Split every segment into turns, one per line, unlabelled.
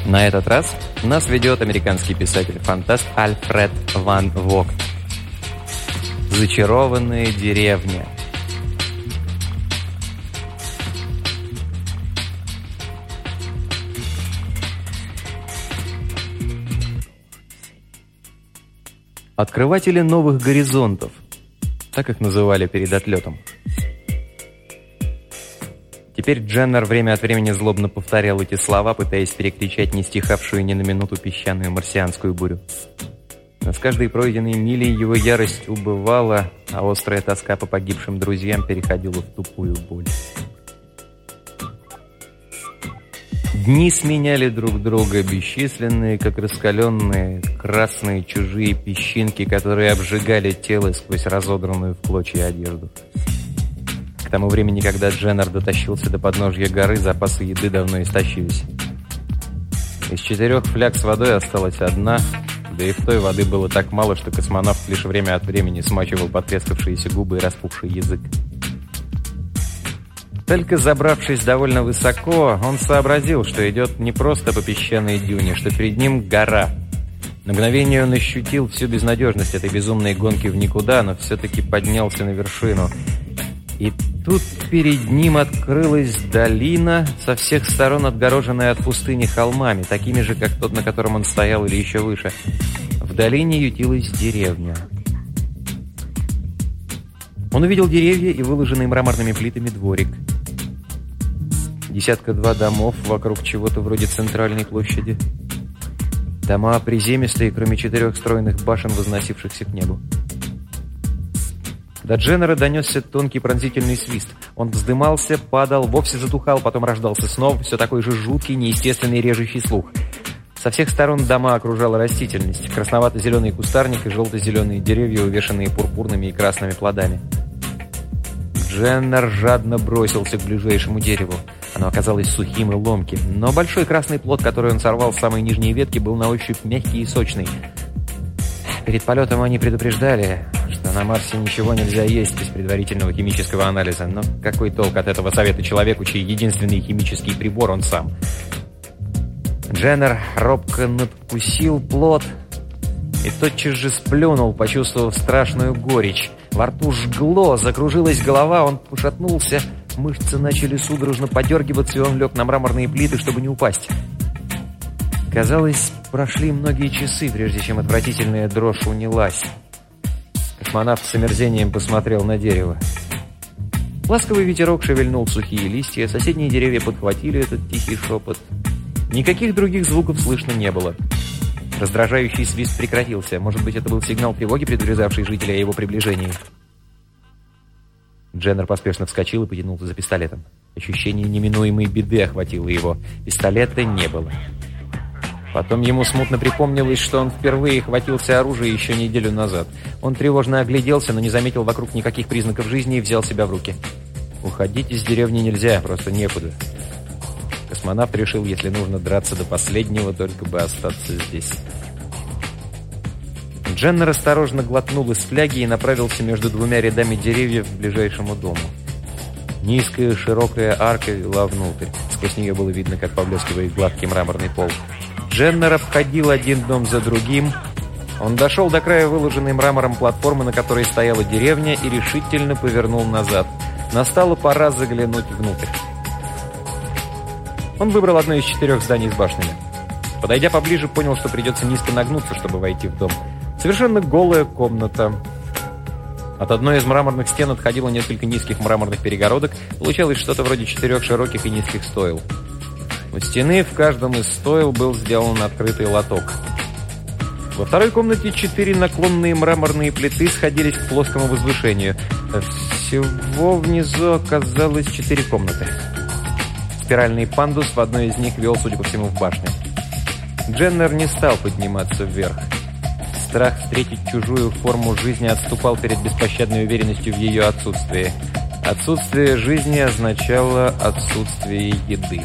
На этот раз нас ведет американский писатель-фантаст Альфред Ван Вогт. «Зачарованная деревня». Открыватели новых горизонтов. Так их называли перед отлетом. Теперь Дженнер время от времени злобно повторял эти слова, пытаясь перекричать не стихавшую ни на минуту песчаную марсианскую бурю. Но с каждой пройденной милей его ярость убывала, а острая тоска по погибшим друзьям переходила в тупую боль. Дни сменяли друг друга, бесчисленные, как раскаленные, красные чужие песчинки, которые обжигали тело сквозь разодранную в клочья одежду. К тому времени, когда Дженнер дотащился до подножья горы, запасы еды давно истощились. Из 4 фляг с водой осталась одна, да и в той воды было так мало, что космонавт лишь время от времени смачивал потрескавшиеся губы и распухший язык. Только забравшись довольно высоко, он сообразил, что идет не просто по песчаной дюне, что перед ним гора. На мгновение он ощутил всю безнадежность этой безумной гонки в никуда, но все-таки поднялся на вершину. И тут перед ним открылась долина, со всех сторон отгороженная от пустыни холмами, такими же, как тот, на котором он стоял, или еще выше. В долине ютилась деревня. Он увидел деревья и выложенный мраморными плитами дворик. 1-2 домов вокруг чего-то вроде центральной площади. Дома приземистые, кроме 4 стройных башен, возносившихся к небу. До Дженнера донесся тонкий пронзительный свист. Он вздымался, падал, вовсе затухал, потом рождался снова, все такой же жуткий, неестественный режущий слух. Со всех сторон дома окружала растительность, красновато-зеленый кустарник и желто-зеленые деревья, увешанные пурпурными и красными плодами. Дженнер жадно бросился к ближайшему дереву. Оно оказалось сухим и ломким, но большой красный плод, который он сорвал с самой нижней ветки, был на ощупь мягкий и сочный. Перед полетом они предупреждали, что на Марсе ничего нельзя есть без предварительного химического анализа. Но какой толк от этого совета человеку, чей единственный химический прибор он сам? Дженнер робко надкусил плод и тотчас же сплюнул, почувствовав страшную горечь. Во рту жгло, закружилась голова, он пошатнулся, мышцы начали судорожно подергиваться, и он лег на мраморные плиты, чтобы не упасть. Казалось, прошли многие часы, прежде чем отвратительная дрожь унялась. Космонавт с омерзением посмотрел на дерево. Ласковый ветерок шевельнул сухие листья, соседние деревья подхватили этот тихий шепот. Никаких других звуков слышно не было. Раздражающий свист прекратился. Может быть, это был сигнал тревоги, предупреждавший жителей о его приближении. Дженнер поспешно вскочил и потянулся за пистолетом. Ощущение неминуемой беды охватило его. Пистолета не было. Потом ему смутно припомнилось, что он впервые хватился оружия еще неделю назад. Он тревожно огляделся, но не заметил вокруг никаких признаков жизни и взял себя в руки. Уходить из деревни нельзя, просто некуда. Космонавт решил, если нужно драться до последнего, только бы остаться здесь. Дженнер осторожно глотнул из фляги и направился между 2 рядами деревьев к ближайшему дому. Низкая широкая арка вела внутрь. Сквозь нее было видно, как поблескивает гладкий мраморный пол. Дженнер обходил один дом за другим. Он дошел до края выложенной мрамором платформы, на которой стояла деревня, и решительно повернул назад. Настала пора заглянуть внутрь. Он выбрал одно из 4 зданий с башнями. Подойдя поближе, понял, что придется низко нагнуться, чтобы войти в дом. Совершенно голая комната. От одной из мраморных стен отходило несколько низких мраморных перегородок. Получалось что-то вроде 4 широких и низких стоил. У стены в каждом из стоил был сделан открытый лоток. Во второй комнате 4 наклонные мраморные плиты сходились к плоскому возвышению. Всего внизу оказалось 4 комнаты. Спиральный пандус в одной из них вел, судя по всему, в башню. Дженнер не стал подниматься вверх. Страх встретить чужую форму жизни отступал перед беспощадной уверенностью в ее отсутствии. Отсутствие жизни означало отсутствие еды.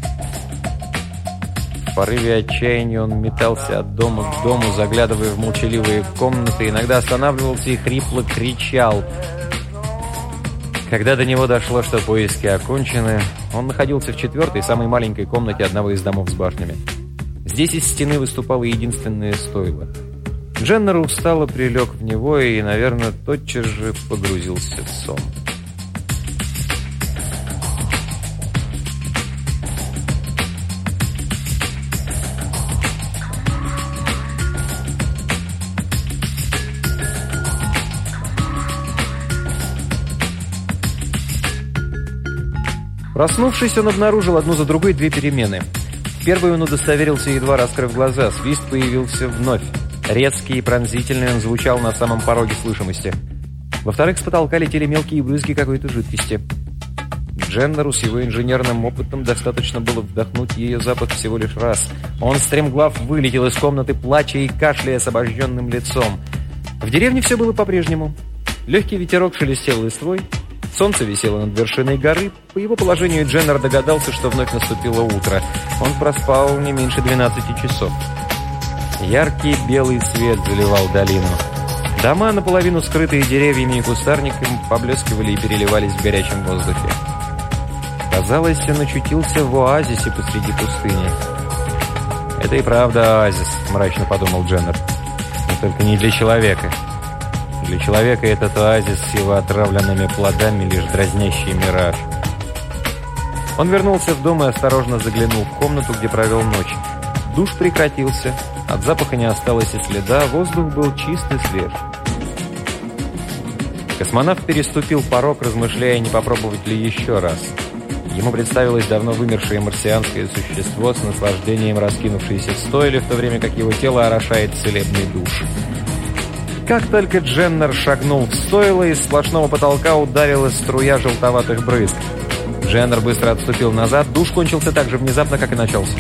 В порыве отчаяния он метался от дома к дому, заглядывая в молчаливые комнаты, иногда останавливался и хрипло кричал. Когда до него дошло, что поиски окончены, он находился в 4-й, самой маленькой комнате одного из домов с башнями. Здесь из стены выступало единственное стойло. Дженнер устало прилег в него и, наверное, тотчас же погрузился в сон. Проснувшись, он обнаружил одну за другой две перемены. В первой он удостоверился, едва раскрыв глаза. Свист появился вновь. Резкий и пронзительный он звучал на самом пороге слышимости. Во-вторых, с потолка летели мелкие брызги какой-то жидкости. Дженнеру с его инженерным опытом достаточно было вдохнуть ее запах всего лишь раз. Он стремглав вылетел из комнаты, плача и кашляя с обожженным лицом. В деревне все было по-прежнему. Легкий ветерок шелестел листвой. Солнце висело над вершиной горы. По его положению Дженнер догадался, что вновь наступило утро. Он проспал не меньше 12 часов. Яркий белый свет заливал долину. Дома, наполовину скрытые деревьями и кустарником, поблескивали и переливались в горячем воздухе. Казалось, он очутился в оазисе посреди пустыни. «Это и правда оазис», — мрачно подумал Дженнер. «Но только не для человека. Для человека этот оазис с его отравленными плодами лишь дразнящий мираж». Он вернулся в дом и осторожно заглянул в комнату, где провел ночь. Душ прекратился, от запаха не осталось и следа, воздух был чист и свеж. Космонавт переступил порог, размышляя, не попробовать ли еще раз. Ему представилось давно вымершее марсианское существо с наслаждением раскинувшееся в стойле, в то время как его тело орошает целебный душ. Как только Дженнер шагнул в стойло, из сплошного потолка ударила струя желтоватых брызг. Дженнер быстро отступил назад, душ кончился так же внезапно, как и начался.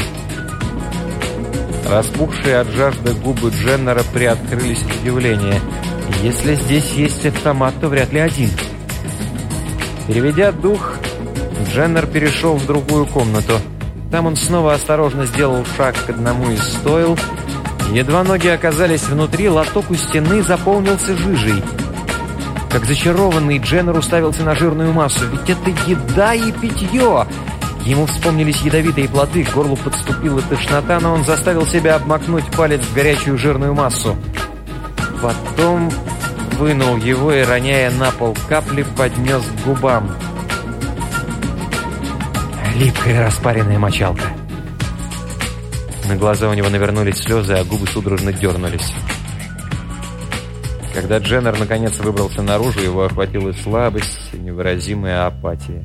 Распухшие от жажды губы Дженнера приоткрылись от удивления. Если здесь есть автомат, то вряд ли один. Переведя дух, Дженнер перешел в другую комнату. Там он снова осторожно сделал шаг к одному из стойл. Едва ноги оказались внутри, лоток у стены заполнился жижей. Как зачарованный, Дженнер уставился на жирную массу. Ведь это еда и питье! Ему вспомнились ядовитые плоды, к горлу подступила тошнота, но он заставил себя обмакнуть палец в горячую жирную массу. Потом вынул его и, роняя на пол капли, поднес к губам. Липкая распаренная мочалка. На глаза у него навернулись слезы, а губы судорожно дернулись. Когда Дженнер наконец выбрался наружу, его охватила слабость и невыразимая апатия.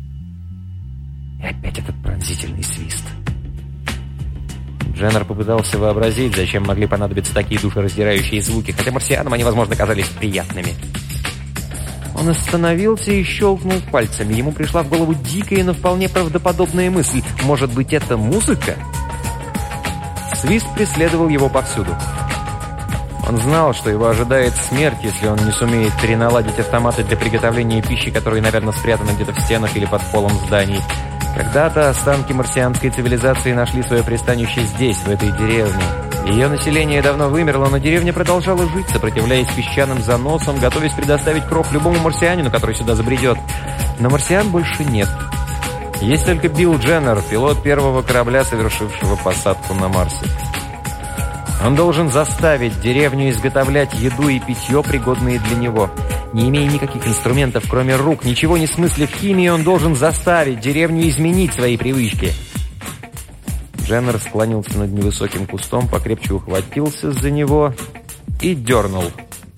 И опять этот пронзительный свист. Дженнер попытался вообразить, зачем могли понадобиться такие душераздирающие звуки, хотя марсианам они, возможно, казались приятными. Он остановился и щелкнул пальцами. Ему пришла в голову дикая, но вполне правдоподобная мысль. Может быть, это музыка? Свист преследовал его повсюду. Он знал, что его ожидает смерть, если он не сумеет переналадить автоматы для приготовления пищи, которые, наверное, спрятаны где-то в стенах или под полом зданий. Когда-то останки марсианской цивилизации нашли свое пристанище здесь, в этой деревне. Ее население давно вымерло, но деревня продолжала жить, сопротивляясь песчаным заносам, готовясь предоставить кров любому марсианину, который сюда забредет. Но марсиан больше нет. Есть только Билл Дженнер, пилот первого корабля, совершившего посадку на Марсе. Он должен заставить деревню изготовлять еду и питье, пригодные для него. Не имея никаких инструментов, кроме рук, ничего не смыслив в химии, он должен заставить деревню изменить свои привычки. Дженнер склонился над невысоким кустом, покрепче ухватился за него и дернул.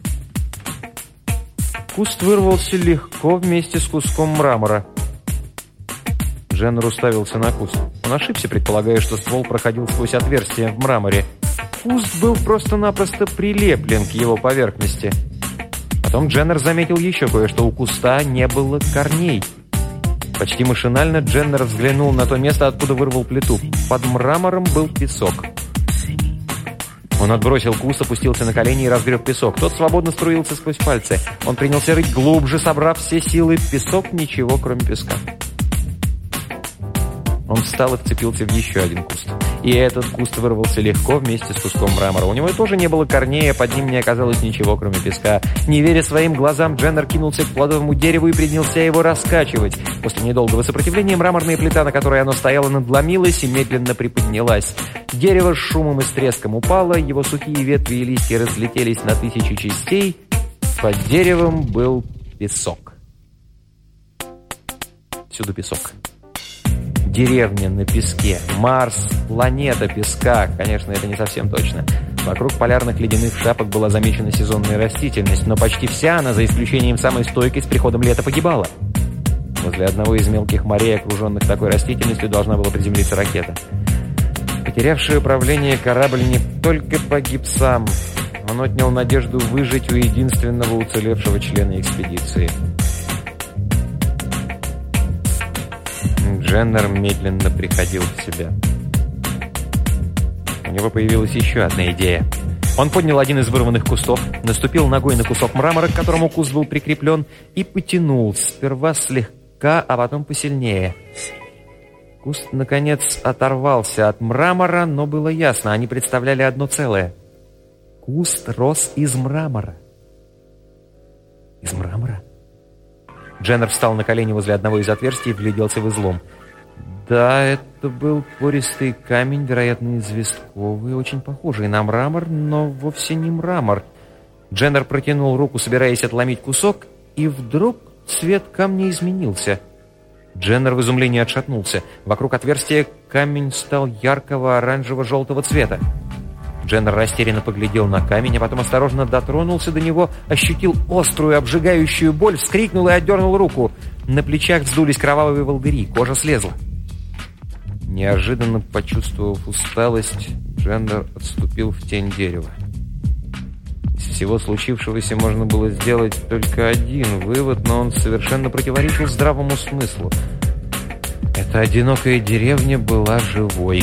Куст вырвался легко вместе с куском мрамора. Дженнер уставился на куст. Он ошибся, предполагая, что ствол проходил сквозь отверстие в мраморе. Куст был просто-напросто прилеплен к его поверхности. Потом Дженнер заметил еще кое-что. У куста не было корней. Почти машинально Дженнер взглянул на то место, откуда вырвал плиту. Под мрамором был песок. Он отбросил куст, опустился на колени и разгреб песок. Тот свободно струился сквозь пальцы. Он принялся рыть глубже, собрав все силы. Песок — ничего, кроме песка. Он встал и вцепился в еще один куст. и этот куст вырвался легко вместе с куском мрамора. У него тоже не было корней, а под ним не оказалось ничего, кроме песка. Не веря своим глазам, Дженнер кинулся к плодовому дереву и принялся его раскачивать. После недолгого сопротивления мраморная плита, на которой оно стояло, надломилась и медленно приподнялась. Дерево с шумом и с треском упало, его сухие ветви и листья разлетелись на тысячи частей. Под деревом был песок. Всюду песок. Деревня на песке. Марс — планета песка. Конечно, это не совсем точно. Вокруг полярных ледяных шапок была замечена сезонная растительность, но почти вся она, за исключением самой стойкой, с приходом лета погибала. Возле одного из мелких морей, окруженных такой растительностью, должна была приземлиться ракета. Потерявший управление корабль не только погиб сам, он отнял надежду выжить у единственного уцелевшего члена экспедиции. Дженнер медленно приходил в себя. У него появилась еще одна идея. Он поднял один из вырванных кустов, наступил ногой на кусок мрамора, к которому куст был прикреплен, и потянул, сперва слегка, а потом посильнее. Куст, наконец, оторвался от мрамора, но было ясно, они представляли одно целое. Куст рос из мрамора. Из мрамора? Дженнер встал на колени возле одного из отверстий и вгляделся в излом. Да, это был пористый камень, вероятно, известковый, очень похожий на мрамор, но вовсе не мрамор. Дженнер протянул руку, собираясь отломить кусок, и вдруг цвет камня изменился. Дженнер в изумлении отшатнулся. Вокруг отверстия камень стал яркого оранжево-желтого цвета. Дженнер растерянно поглядел на камень, а потом осторожно дотронулся до него, ощутил острую, обжигающую боль, вскрикнул и отдернул руку. На плечах вздулись кровавые волдыри, кожа слезла. Неожиданно почувствовав усталость, Дженнер отступил в тень дерева. Из всего случившегося можно было сделать только один вывод, но он совершенно противоречил здравому смыслу. Эта одинокая деревня была живой.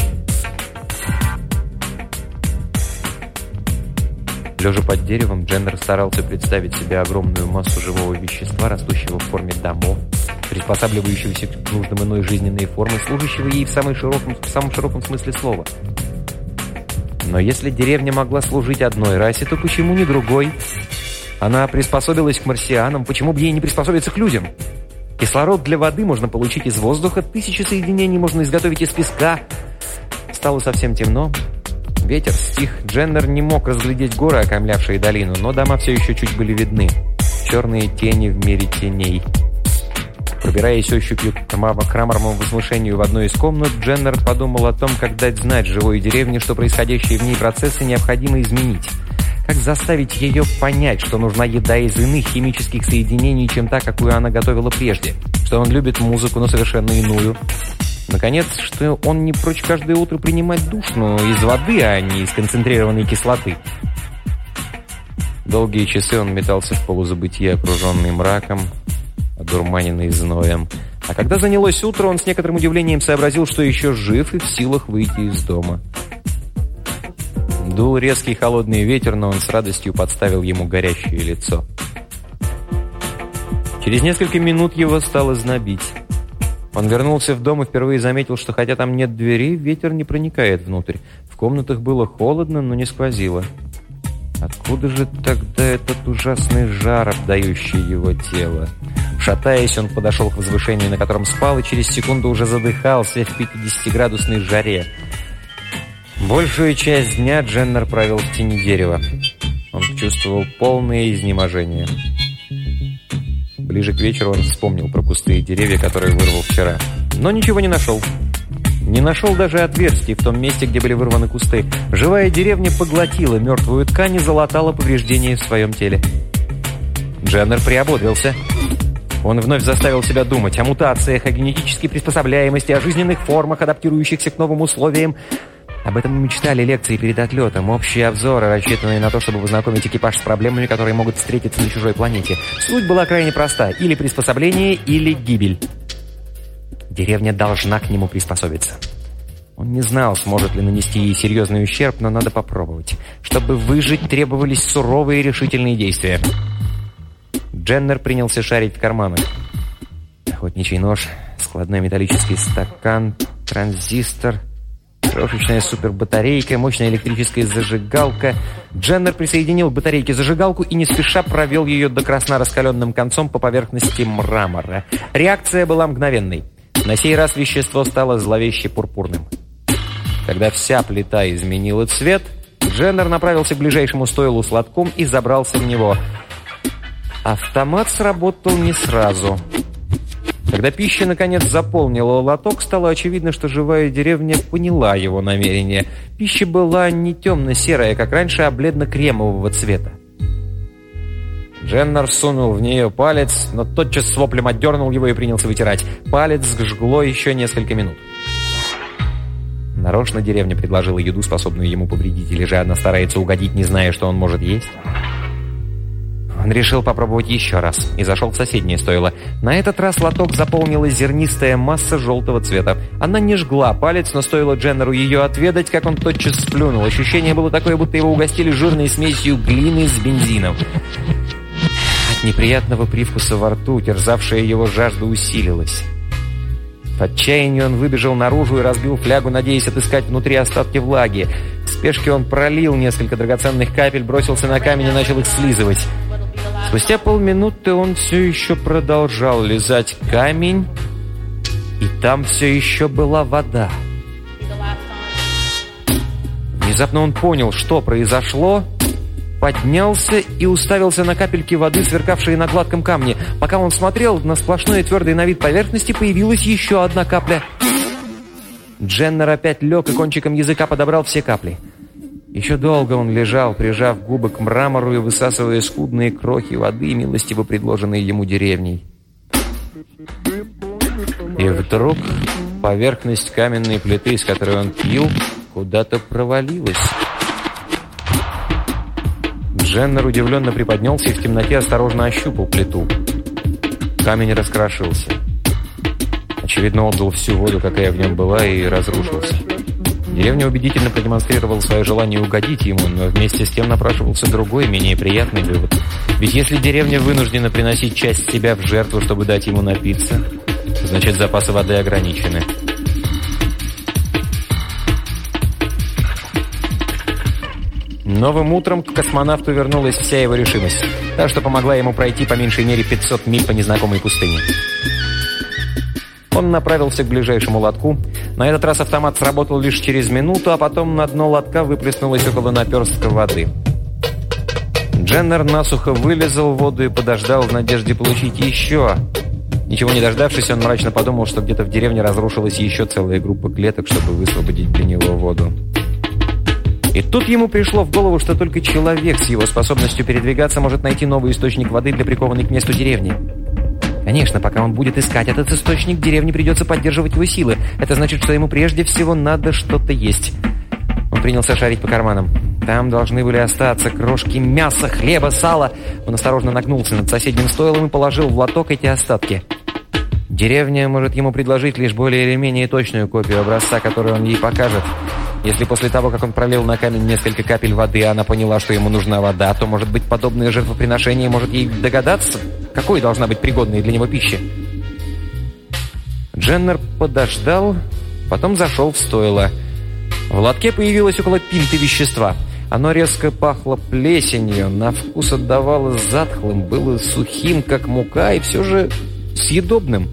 Лежа под деревом, Дженнер старался представить себе огромную массу живого вещества, растущего в форме домов, приспосабливающегося к нуждам иной жизненной формы, служащего ей в самом широком смысле слова. Но если деревня могла служить одной расе, то почему не другой? Она приспособилась к марсианам, почему бы ей не приспособиться к людям? Кислород для воды можно получить из воздуха, 1000 соединений можно изготовить из песка. Стало совсем темно. Ветер стих. Дженнер не мог разглядеть горы, окаймлявшие долину, но дома все еще чуть были видны. Черные тени в мире теней. Пробираясь ощупью к мраморному возвышению в одной из комнат, Дженнер подумал о том, как дать знать живой деревне, что происходящие в ней процессы необходимо изменить. Как заставить ее понять, что нужна еда из иных химических соединений, чем та, какую она готовила прежде. Что он любит музыку, но совершенно иную. Наконец, что он не прочь каждое утро принимать душ, но из воды, а не из концентрированной кислоты. Долгие часы он метался в полузабытие, окруженный мраком, одурманенный зноем. А когда занялось утро, он с некоторым удивлением сообразил, что еще жив и в силах выйти из дома. Дул резкий холодный ветер, но он с радостью подставил ему горящее лицо. Через несколько минут его стало знобить. Он вернулся в дом и впервые заметил, что хотя там нет дверей, ветер не проникает внутрь. В комнатах было холодно, но не сквозило. Откуда же тогда этот ужасный жар, обдающий его тело? Шатаясь, он подошел к возвышению, на котором спал, и через секунду уже задыхался в 50-градусной жаре. Большую часть дня Дженнер провел в тени дерева. Он чувствовал полное изнеможение. Ближе к вечеру он вспомнил про кусты и деревья, которые вырвал вчера. Но ничего не нашел. Не нашел даже отверстий в том месте, где были вырваны кусты. Живая деревня поглотила мертвую ткань и залатала повреждения в своем теле. Дженнер приободрился. Он вновь заставил себя думать о мутациях, о генетической приспособляемости, о жизненных формах, адаптирующихся к новым условиям. Об этом мы читали лекции перед отлетом, общие обзоры, рассчитанные на то, чтобы познакомить экипаж с проблемами, которые могут встретиться на чужой планете. Суть была крайне проста. Или приспособление, или гибель. Деревня должна к нему приспособиться. Он не знал, сможет ли нанести ей серьезный ущерб, но надо попробовать. Чтобы выжить, требовались суровые и решительные действия. Дженнер принялся шарить в карманах. Охотничий нож, складной металлический стакан, транзистор. Крошечная супербатарейка, мощная электрическая зажигалка. Дженнер присоединил к батарейке зажигалку и не спеша провел ее до красна раскаленным концом по поверхности мрамора. Реакция была мгновенной. На сей раз вещество стало зловеще пурпурным. Когда вся плита изменила цвет, Дженнер направился к ближайшему стойлу с лотком и забрался в него. Автомат сработал не сразу. Когда пища, наконец, заполнила лоток, стало очевидно, что живая деревня поняла его намерение. Пища была не темно-серая, как раньше, а бледно-кремового цвета. Дженнер сунул в нее палец, но тотчас с воплем отдернул его и принялся вытирать. Палец жгло еще несколько минут. Нарочно деревня предложила еду, способную ему повредить, или же она старается угодить, не зная, что он может есть? Он решил попробовать еще раз и зашел в соседнее стойло. На этот раз лоток заполнила зернистая масса желтого цвета. Она не жгла палец, но стоило Дженнеру ее отведать, как он тотчас сплюнул. Ощущение было такое, будто его угостили жирной смесью глины с бензином. От неприятного привкуса во рту терзавшая его жажда усилилась. В отчаянии он выбежал наружу и разбил флягу, надеясь отыскать внутри остатки влаги. В спешке он пролил несколько драгоценных капель, бросился на камень и начал их слизывать. Спустя полминуты он все еще продолжал лизать камень, и там все еще была вода. Внезапно он понял, что произошло, поднялся и уставился на капельки воды, сверкавшие на гладком камне. Пока он смотрел, на сплошной твердой на вид поверхности появилась еще одна капля. Дженнер опять лег и кончиком языка подобрал все капли. Еще долго он лежал, прижав губы к мрамору и высасывая скудные крохи воды, милостиво предложенные ему деревней. И вдруг поверхность каменной плиты, с которой он пил, куда-то провалилась. Дженнер удивленно приподнялся и в темноте осторожно ощупал плиту. Камень раскрошился. Очевидно, отдал всю воду, какая в нем была, и разрушился. Деревня убедительно продемонстрировала свое желание угодить ему, но вместе с тем напрашивался другой, менее приятный вывод. Ведь если деревня вынуждена приносить часть себя в жертву, чтобы дать ему напиться, значит, запасы воды ограничены. Новым утром к космонавту вернулась вся его решимость, та, что помогла ему пройти по меньшей мере 500 миль по незнакомой пустыне. Он направился к ближайшему лотку. На этот раз автомат сработал лишь через минуту, а потом на дно лотка выплеснулось около наперстка воды. Дженнер насухо вылезал в воду и подождал в надежде получить еще. Ничего не дождавшись, он мрачно подумал, что где-то в деревне разрушилась еще целая группа клеток, чтобы высвободить для него воду. И тут ему пришло в голову, что только человек с его способностью передвигаться может найти новый источник воды для прикованной к месту деревни. Конечно, пока он будет искать этот источник, деревне придется поддерживать его силы. Это значит, что ему прежде всего надо что-то есть. Он принялся шарить по карманам. Там должны были остаться крошки мяса, хлеба, сала. Он осторожно нагнулся над соседним стойлом и положил в лоток эти остатки. Деревня может ему предложить лишь более или менее точную копию образца, которую он ей покажет. Если после того, как он пролил на камень несколько капель воды, она поняла, что ему нужна вода, то, может быть, подобное жертвоприношение может ей догадаться, какой должна быть пригодной для него пища. Дженнер подождал, потом зашел в стойло. В лотке появилось около пинты вещества. Оно резко пахло плесенью, на вкус отдавало затхлым, было сухим, как мука, и все же съедобным.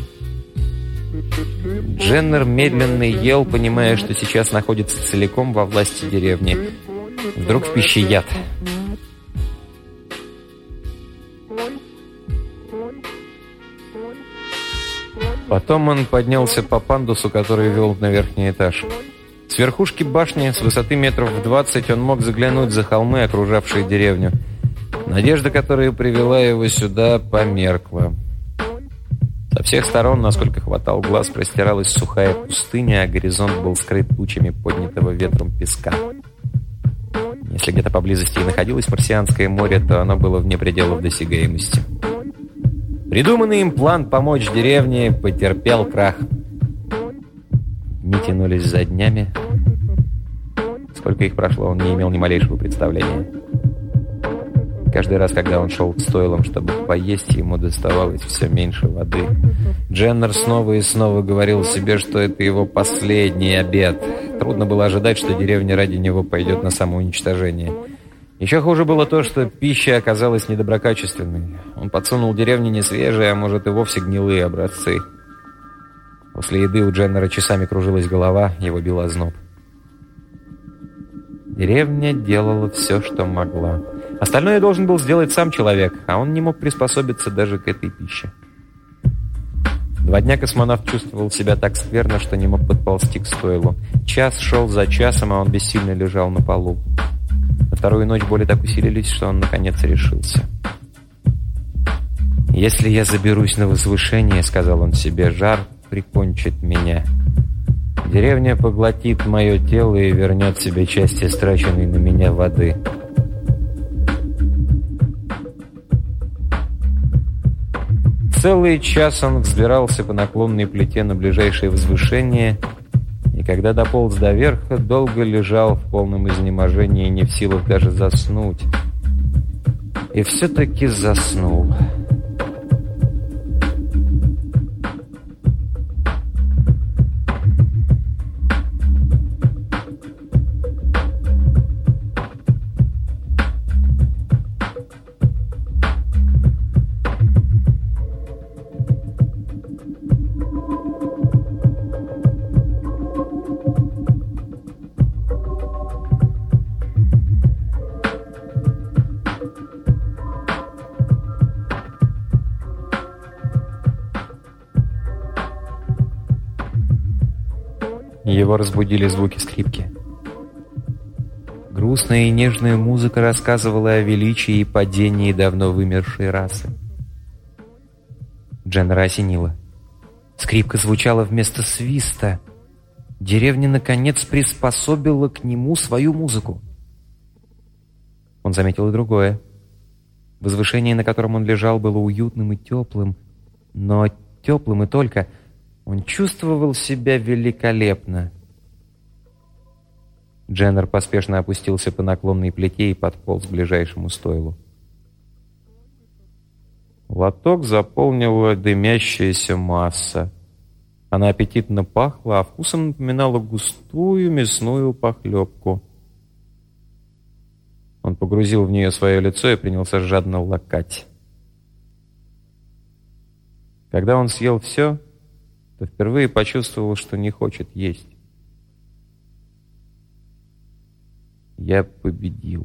Дженнер медленно ел, понимая, что сейчас находится целиком во власти деревни. Вдруг в пище яд. Потом он поднялся по пандусу, который вел на верхний этаж. С верхушки башни, с высоты метров в 20, он мог заглянуть за холмы, окружавшие деревню. Надежда, которая привела его сюда, померкла. Со всех сторон, насколько хватал глаз, простиралась сухая пустыня, а горизонт был скрыт тучами поднятого ветром песка. Если где-то поблизости и находилось Марсианское море, то оно было вне пределов досягаемости. Придуманный им план помочь деревне потерпел крах. Дни тянулись за днями. Сколько их прошло, он не имел ни малейшего представления. Каждый раз, когда он шел к стойлам, чтобы поесть, ему доставалось все меньше воды. Дженнер снова и снова говорил себе, что это его последний обед. Трудно было ожидать, что деревня ради него пойдет на самоуничтожение. Еще хуже было то, что пища оказалась недоброкачественной. Он подсунул деревне не свежие, а может и вовсе гнилые образцы. После еды у Дженнера часами кружилась голова, его бил озноб. Деревня делала все, что могла. Остальное должен был сделать сам человек, а он не мог приспособиться даже к этой пище. 2 дня космонавт чувствовал себя так скверно, что не мог подползти к стойлу. Час шел за часом, а он бессильно лежал на полу. На вторую ночь боли так усилились, что он наконец решился. «Если я заберусь на возвышение, — сказал он себе, — жар прикончит меня. Деревня поглотит мое тело и вернет себе часть истраченной на меня воды». Целый час он взбирался по наклонной плите на ближайшее возвышение, и когда дополз до верха, долго лежал в полном изнеможении, не в силах даже заснуть. И все-таки заснул. Его разбудили звуки скрипки. Грустная и нежная музыка рассказывала о величии и падении давно вымершей расы. Дженнера осенило. Скрипка звучала вместо свиста. Деревня, наконец, приспособила к нему свою музыку. Он заметил и другое. Возвышение, на котором он лежал, было уютным и теплым. Но теплым и только. Он чувствовал себя великолепно. Дженнер поспешно опустился по наклонной плите и подполз к ближайшему стойлу. Лоток заполнила дымящаяся масса. Она аппетитно пахла, а вкусом напоминала густую мясную похлебку. Он погрузил в нее свое лицо и принялся жадно лакать. Когда он съел все, то впервые почувствовал, что не хочет есть. «Я победил»,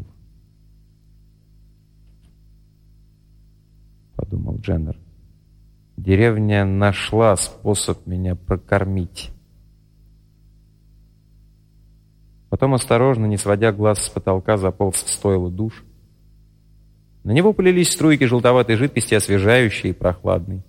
— подумал Дженнер. «Деревня нашла способ меня прокормить». Потом осторожно, не сводя глаз с потолка, заполз в стойло душ. На него полились струйки желтоватой жидкости, освежающей и прохладной.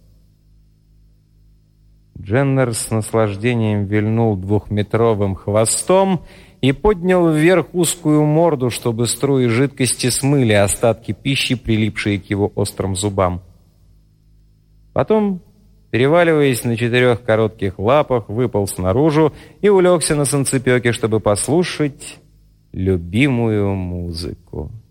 Дженнер с наслаждением вильнул 2-метровым хвостом и поднял вверх узкую морду, чтобы струи жидкости смыли остатки пищи, прилипшие к его острым зубам. Потом, переваливаясь на 4 коротких лапах, выполз наружу и улегся на санцепёке, чтобы послушать любимую музыку.